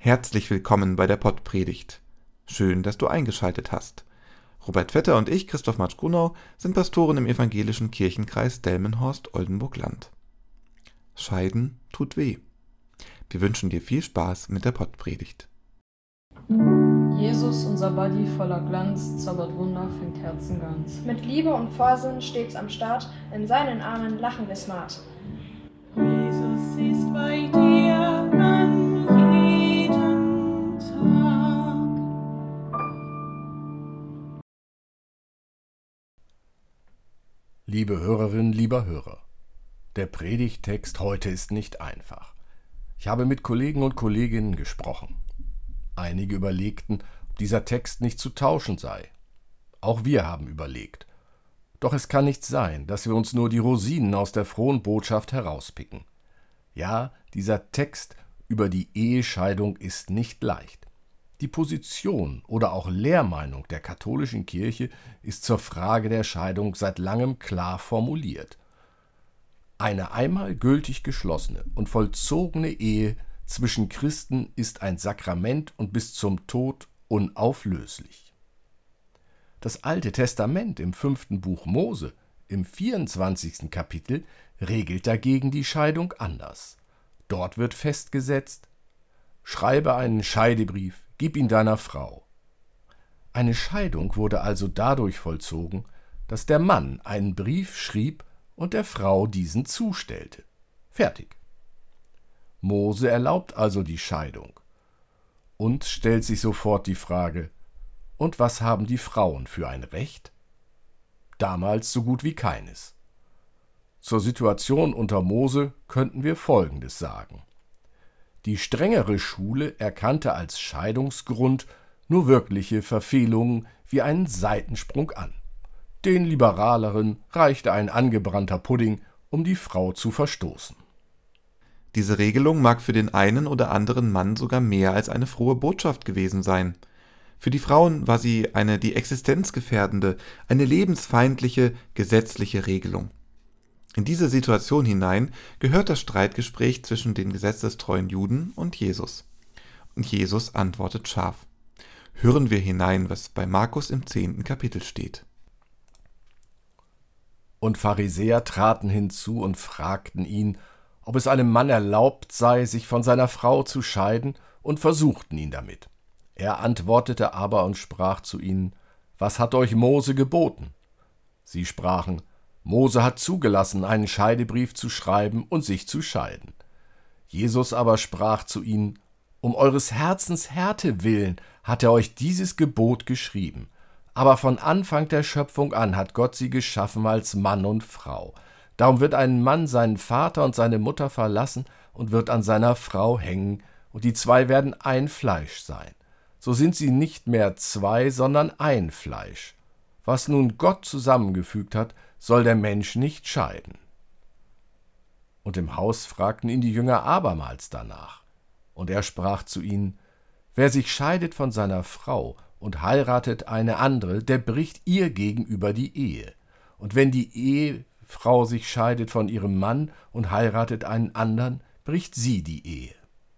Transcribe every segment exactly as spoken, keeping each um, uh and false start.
Herzlich willkommen bei der Pottpredigt. Schön, dass du eingeschaltet hast. Robert Vetter und ich, Christoph Matsch-Grunau, sind Pastoren im evangelischen Kirchenkreis Delmenhorst-Oldenburg-Land. Scheiden tut weh. Wir wünschen dir viel Spaß mit der Pottpredigt. Jesus, unser Buddy voller Glanz, zaubert Wunder, fängt Herzen ganz. Mit Liebe und Vorsinn stets am Start, in seinen Armen lachen wir smart. Jesus ist bei dir an jedem Tag. Liebe Hörerinnen, lieber Hörer, der Predigttext heute ist nicht einfach. Ich habe mit Kollegen und Kolleginnen gesprochen. Einige überlegten, ob dieser Text nicht zu tauschen sei. Auch wir haben überlegt. Doch es kann nicht sein, dass wir uns nur die Rosinen aus der frohen Botschaft herauspicken. Ja, dieser Text über die Ehescheidung ist nicht leicht. Die Position oder auch Lehrmeinung der katholischen Kirche ist zur Frage der Scheidung seit langem klar formuliert. Eine einmal gültig geschlossene und vollzogene Ehe zwischen Christen ist ein Sakrament und bis zum Tod unauflöslich. Das Alte Testament im fünften Buch Mose, im vierundzwanzigsten Kapitel, regelt dagegen die Scheidung anders. Dort wird festgesetzt: Schreibe einen Scheidebrief, gib ihn deiner Frau. Eine Scheidung wurde also dadurch vollzogen, dass der Mann einen Brief schrieb und der Frau diesen zustellte. Fertig. Mose erlaubt also die Scheidung. Uns stellt sich sofort die Frage: Und was haben die Frauen für ein Recht? Damals so gut wie keines. Zur Situation unter Mose könnten wir Folgendes sagen. Die strengere Schule erkannte als Scheidungsgrund nur wirkliche Verfehlungen wie einen Seitensprung an. Den liberaleren reichte ein angebrannter Pudding, um die Frau zu verstoßen. Diese Regelung mag für den einen oder anderen Mann sogar mehr als eine frohe Botschaft gewesen sein. Für die Frauen war sie eine die Existenz gefährdende, eine lebensfeindliche, gesetzliche Regelung. In diese Situation hinein gehört das Streitgespräch zwischen den gesetzestreuen Juden und Jesus. Und Jesus antwortet scharf. Hören wir hinein, was bei Markus im zehnten Kapitel steht. Und Pharisäer traten hinzu und fragten ihn, ob es einem Mann erlaubt sei, sich von seiner Frau zu scheiden, und versuchten ihn damit. Er antwortete aber und sprach zu ihnen: Was hat euch Mose geboten? Sie sprachen: Mose hat zugelassen, einen Scheidebrief zu schreiben und sich zu scheiden. Jesus aber sprach zu ihnen: Um eures Herzens Härte willen hat er euch dieses Gebot geschrieben. Aber von Anfang der Schöpfung an hat Gott sie geschaffen als Mann und Frau. Darum wird ein Mann seinen Vater und seine Mutter verlassen und wird an seiner Frau hängen, und die zwei werden ein Fleisch sein. So sind sie nicht mehr zwei, sondern ein Fleisch. Was nun Gott zusammengefügt hat, soll der Mensch nicht scheiden. Und im Haus fragten ihn die Jünger abermals danach. Und er sprach zu ihnen: Wer sich scheidet von seiner Frau und heiratet eine andere, der bricht ihr gegenüber die Ehe. Und wenn die Ehefrau sich scheidet von ihrem Mann und heiratet einen anderen, bricht sie die Ehe.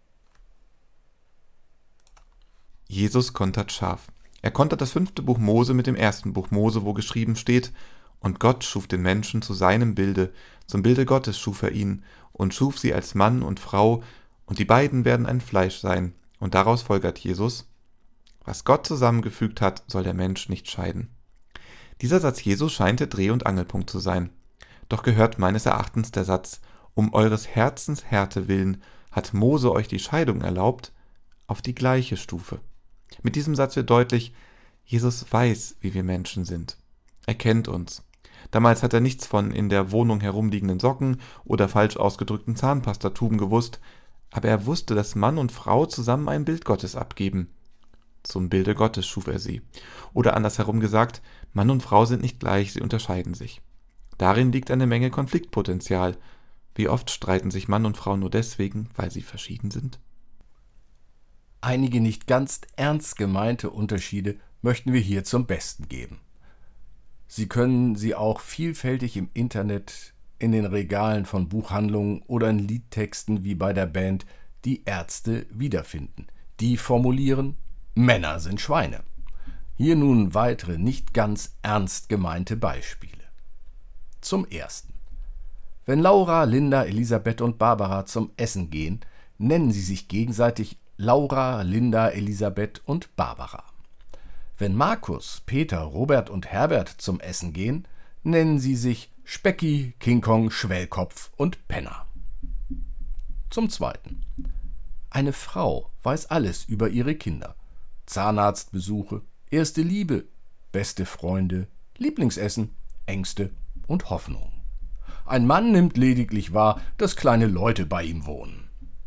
Jesus kontert scharf. Er kontert das fünfte Buch Mose mit dem ersten Buch Mose, wo geschrieben steht: Und Gott schuf den Menschen zu seinem Bilde, zum Bilde Gottes schuf er ihn und schuf sie als Mann und Frau, und die beiden werden ein Fleisch sein. Und daraus folgert Jesus: Was Gott zusammengefügt hat, soll der Mensch nicht scheiden. Dieser Satz Jesus scheint der Dreh- und Angelpunkt zu sein. Doch gehört meines Erachtens der Satz: Um eures Herzens Härte willen hat Mose euch die Scheidung erlaubt, auf die gleiche Stufe. Mit diesem Satz wird deutlich: Jesus weiß, wie wir Menschen sind. Er kennt uns. Damals hat er nichts von in der Wohnung herumliegenden Socken oder falsch ausgedrückten Zahnpastatuben gewusst, aber er wusste, dass Mann und Frau zusammen ein Bild Gottes abgeben. Zum Bilde Gottes schuf er sie. Oder andersherum gesagt, Mann und Frau sind nicht gleich, sie unterscheiden sich. Darin liegt eine Menge Konfliktpotenzial. Wie oft streiten sich Mann und Frau nur deswegen, weil sie verschieden sind? Einige nicht ganz ernst gemeinte Unterschiede möchten wir hier zum Besten geben. Sie können sie auch vielfältig im Internet, in den Regalen von Buchhandlungen oder in Liedtexten wie bei der Band Die Ärzte wiederfinden, die formulieren, Männer sind Schweine. Hier nun weitere nicht ganz ernst gemeinte Beispiele. Zum ersten. Wenn Laura, Linda, Elisabeth und Barbara zum Essen gehen, nennen sie sich gegenseitig Laura, Linda, Elisabeth und Barbara. Wenn Markus, Peter, Robert und Herbert zum Essen gehen, nennen sie sich Specki, King Kong, Schwellkopf und Penner. Zum zweiten. Eine Frau weiß alles über ihre Kinder. Zahnarztbesuche, erste Liebe, beste Freunde, Lieblingsessen, Ängste und Hoffnung. Ein Mann nimmt lediglich wahr, dass kleine Leute bei ihm wohnen.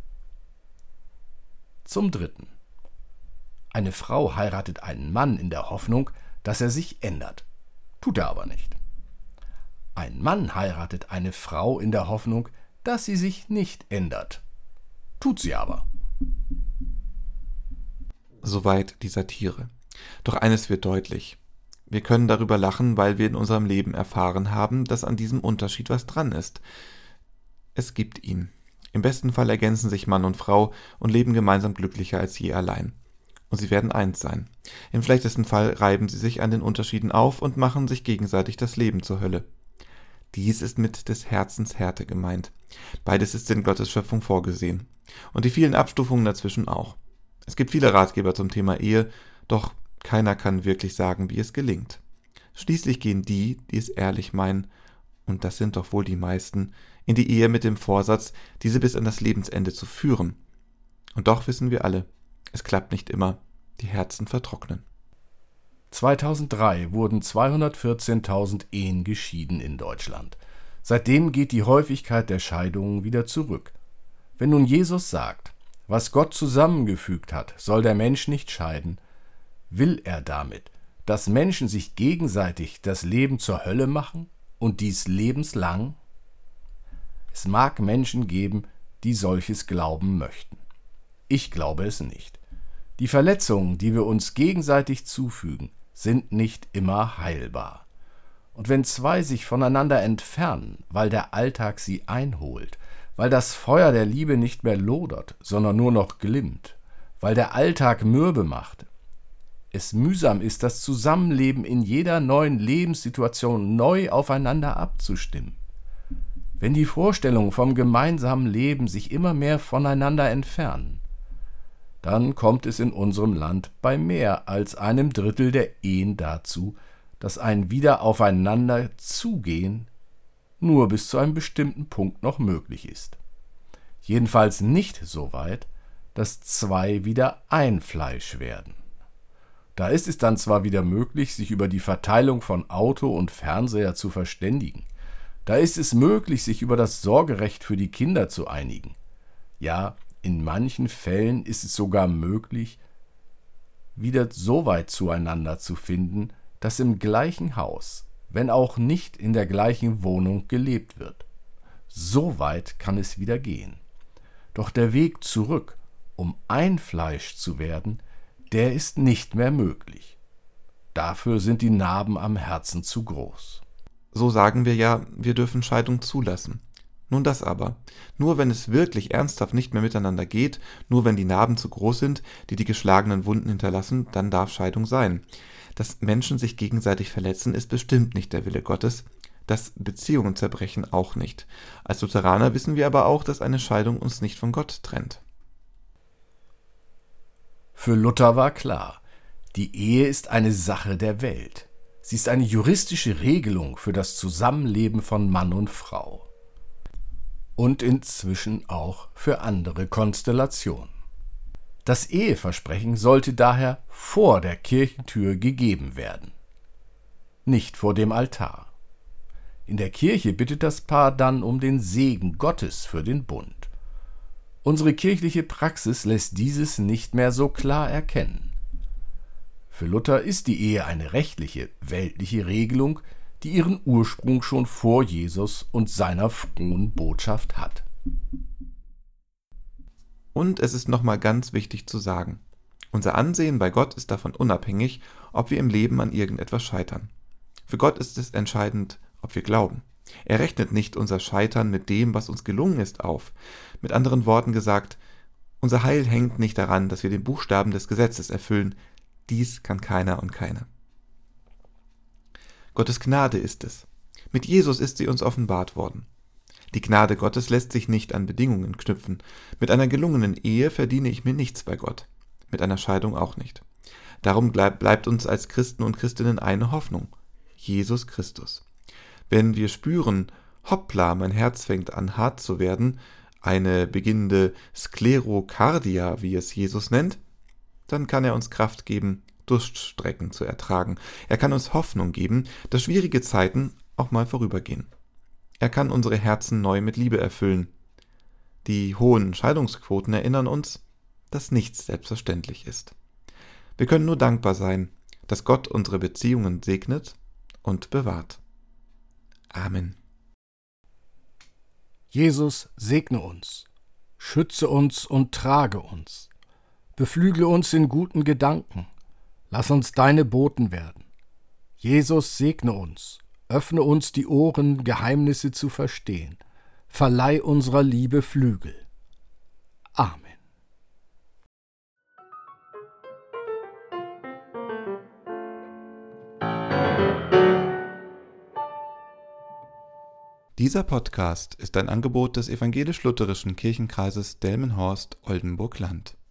Zum dritten. Eine Frau heiratet einen Mann in der Hoffnung, dass er sich ändert. Tut er aber nicht. Ein Mann heiratet eine Frau in der Hoffnung, dass sie sich nicht ändert. Tut sie aber. Soweit die Satire. Doch eines wird deutlich. Wir können darüber lachen, weil wir in unserem Leben erfahren haben, dass an diesem Unterschied was dran ist. Es gibt ihn. Im besten Fall ergänzen sich Mann und Frau und leben gemeinsam glücklicher als je allein. Und sie werden eins sein. Im schlechtesten Fall reiben sie sich an den Unterschieden auf und machen sich gegenseitig das Leben zur Hölle. Dies ist mit des Herzens Härte gemeint. Beides ist in Gottes Schöpfung vorgesehen. Und die vielen Abstufungen dazwischen auch. Es gibt viele Ratgeber zum Thema Ehe, doch keiner kann wirklich sagen, wie es gelingt. Schließlich gehen die, die es ehrlich meinen, und das sind doch wohl die meisten, in die Ehe mit dem Vorsatz, diese bis an das Lebensende zu führen. Und doch wissen wir alle, es klappt nicht immer, die Herzen vertrocknen. zweitausenddrei wurden zweihundertvierzehntausend Ehen geschieden in Deutschland. Seitdem geht die Häufigkeit der Scheidungen wieder zurück. Wenn nun Jesus sagt, was Gott zusammengefügt hat, soll der Mensch nicht scheiden, will er damit, dass Menschen sich gegenseitig das Leben zur Hölle machen und dies lebenslang? Es mag Menschen geben, die solches glauben möchten. Ich glaube es nicht. Die Verletzungen, die wir uns gegenseitig zufügen, sind nicht immer heilbar. Und wenn zwei sich voneinander entfernen, weil der Alltag sie einholt, weil das Feuer der Liebe nicht mehr lodert, sondern nur noch glimmt, weil der Alltag mürbe macht, es mühsam ist, das Zusammenleben in jeder neuen Lebenssituation neu aufeinander abzustimmen. Wenn die Vorstellungen vom gemeinsamen Leben sich immer mehr voneinander entfernen, dann kommt es in unserem Land bei mehr als einem Drittel der Ehen dazu, dass ein Wiederaufeinander zugehen nur bis zu einem bestimmten Punkt noch möglich ist. Jedenfalls nicht so weit, dass zwei wieder ein Fleisch werden. Da ist es dann zwar wieder möglich, sich über die Verteilung von Auto und Fernseher zu verständigen. Da ist es möglich, sich über das Sorgerecht für die Kinder zu einigen. Ja, in manchen Fällen ist es sogar möglich, wieder so weit zueinander zu finden, dass im gleichen Haus, wenn auch nicht in der gleichen Wohnung, gelebt wird. So weit kann es wieder gehen. Doch der Weg zurück, um ein Fleisch zu werden, der ist nicht mehr möglich. Dafür sind die Narben am Herzen zu groß. So sagen wir ja, wir dürfen Scheidung zulassen. Nun das aber, nur wenn es wirklich ernsthaft nicht mehr miteinander geht, nur wenn die Narben zu groß sind, die die geschlagenen Wunden hinterlassen, dann darf Scheidung sein. Dass Menschen sich gegenseitig verletzen, ist bestimmt nicht der Wille Gottes, dass Beziehungen zerbrechen auch nicht. Als Lutheraner wissen wir aber auch, dass eine Scheidung uns nicht von Gott trennt. Für Luther war klar, die Ehe ist eine Sache der Welt. Sie ist eine juristische Regelung für das Zusammenleben von Mann und Frau. Und inzwischen auch für andere Konstellationen. Das Eheversprechen sollte daher vor der Kirchentür gegeben werden, nicht vor dem Altar. In der Kirche bittet das Paar dann um den Segen Gottes für den Bund. Unsere kirchliche Praxis lässt dieses nicht mehr so klar erkennen. Für Luther ist die Ehe eine rechtliche, weltliche Regelung, die ihren Ursprung schon vor Jesus und seiner frohen Botschaft hat. Und es ist nochmal ganz wichtig zu sagen, unser Ansehen bei Gott ist davon unabhängig, ob wir im Leben an irgendetwas scheitern. Für Gott ist es entscheidend, ob wir glauben. Er rechnet nicht unser Scheitern mit dem, was uns gelungen ist, auf. Mit anderen Worten gesagt, Unser Heil hängt nicht daran, dass wir den Buchstaben des Gesetzes erfüllen. Dies kann keiner und keine. Gottes Gnade ist es. Mit Jesus ist sie uns offenbart worden. Die Gnade Gottes lässt sich nicht an Bedingungen knüpfen. Mit einer gelungenen Ehe verdiene ich mir nichts bei Gott. Mit einer Scheidung auch nicht. Darum bleib, bleibt uns als Christen und Christinnen eine Hoffnung: Jesus Christus. Wenn wir spüren, hoppla, mein Herz fängt an hart zu werden, eine beginnende Sklerokardia, wie es Jesus nennt, dann kann er uns Kraft geben, Durststrecken zu ertragen. Er kann uns Hoffnung geben, dass schwierige Zeiten auch mal vorübergehen. Er kann unsere Herzen neu mit Liebe erfüllen. Die hohen Scheidungsquoten erinnern uns, dass nichts selbstverständlich ist. Wir können nur dankbar sein, dass Gott unsere Beziehungen segnet und bewahrt. Amen. Jesus, segne uns, schütze uns und trage uns, beflügle uns in guten Gedanken, lass uns deine Boten werden. Jesus, segne uns, öffne uns die Ohren, Geheimnisse zu verstehen, verleih unserer Liebe Flügel. Amen. Dieser Podcast ist ein Angebot des evangelisch-lutherischen Kirchenkreises Delmenhorst-Oldenburg-Land.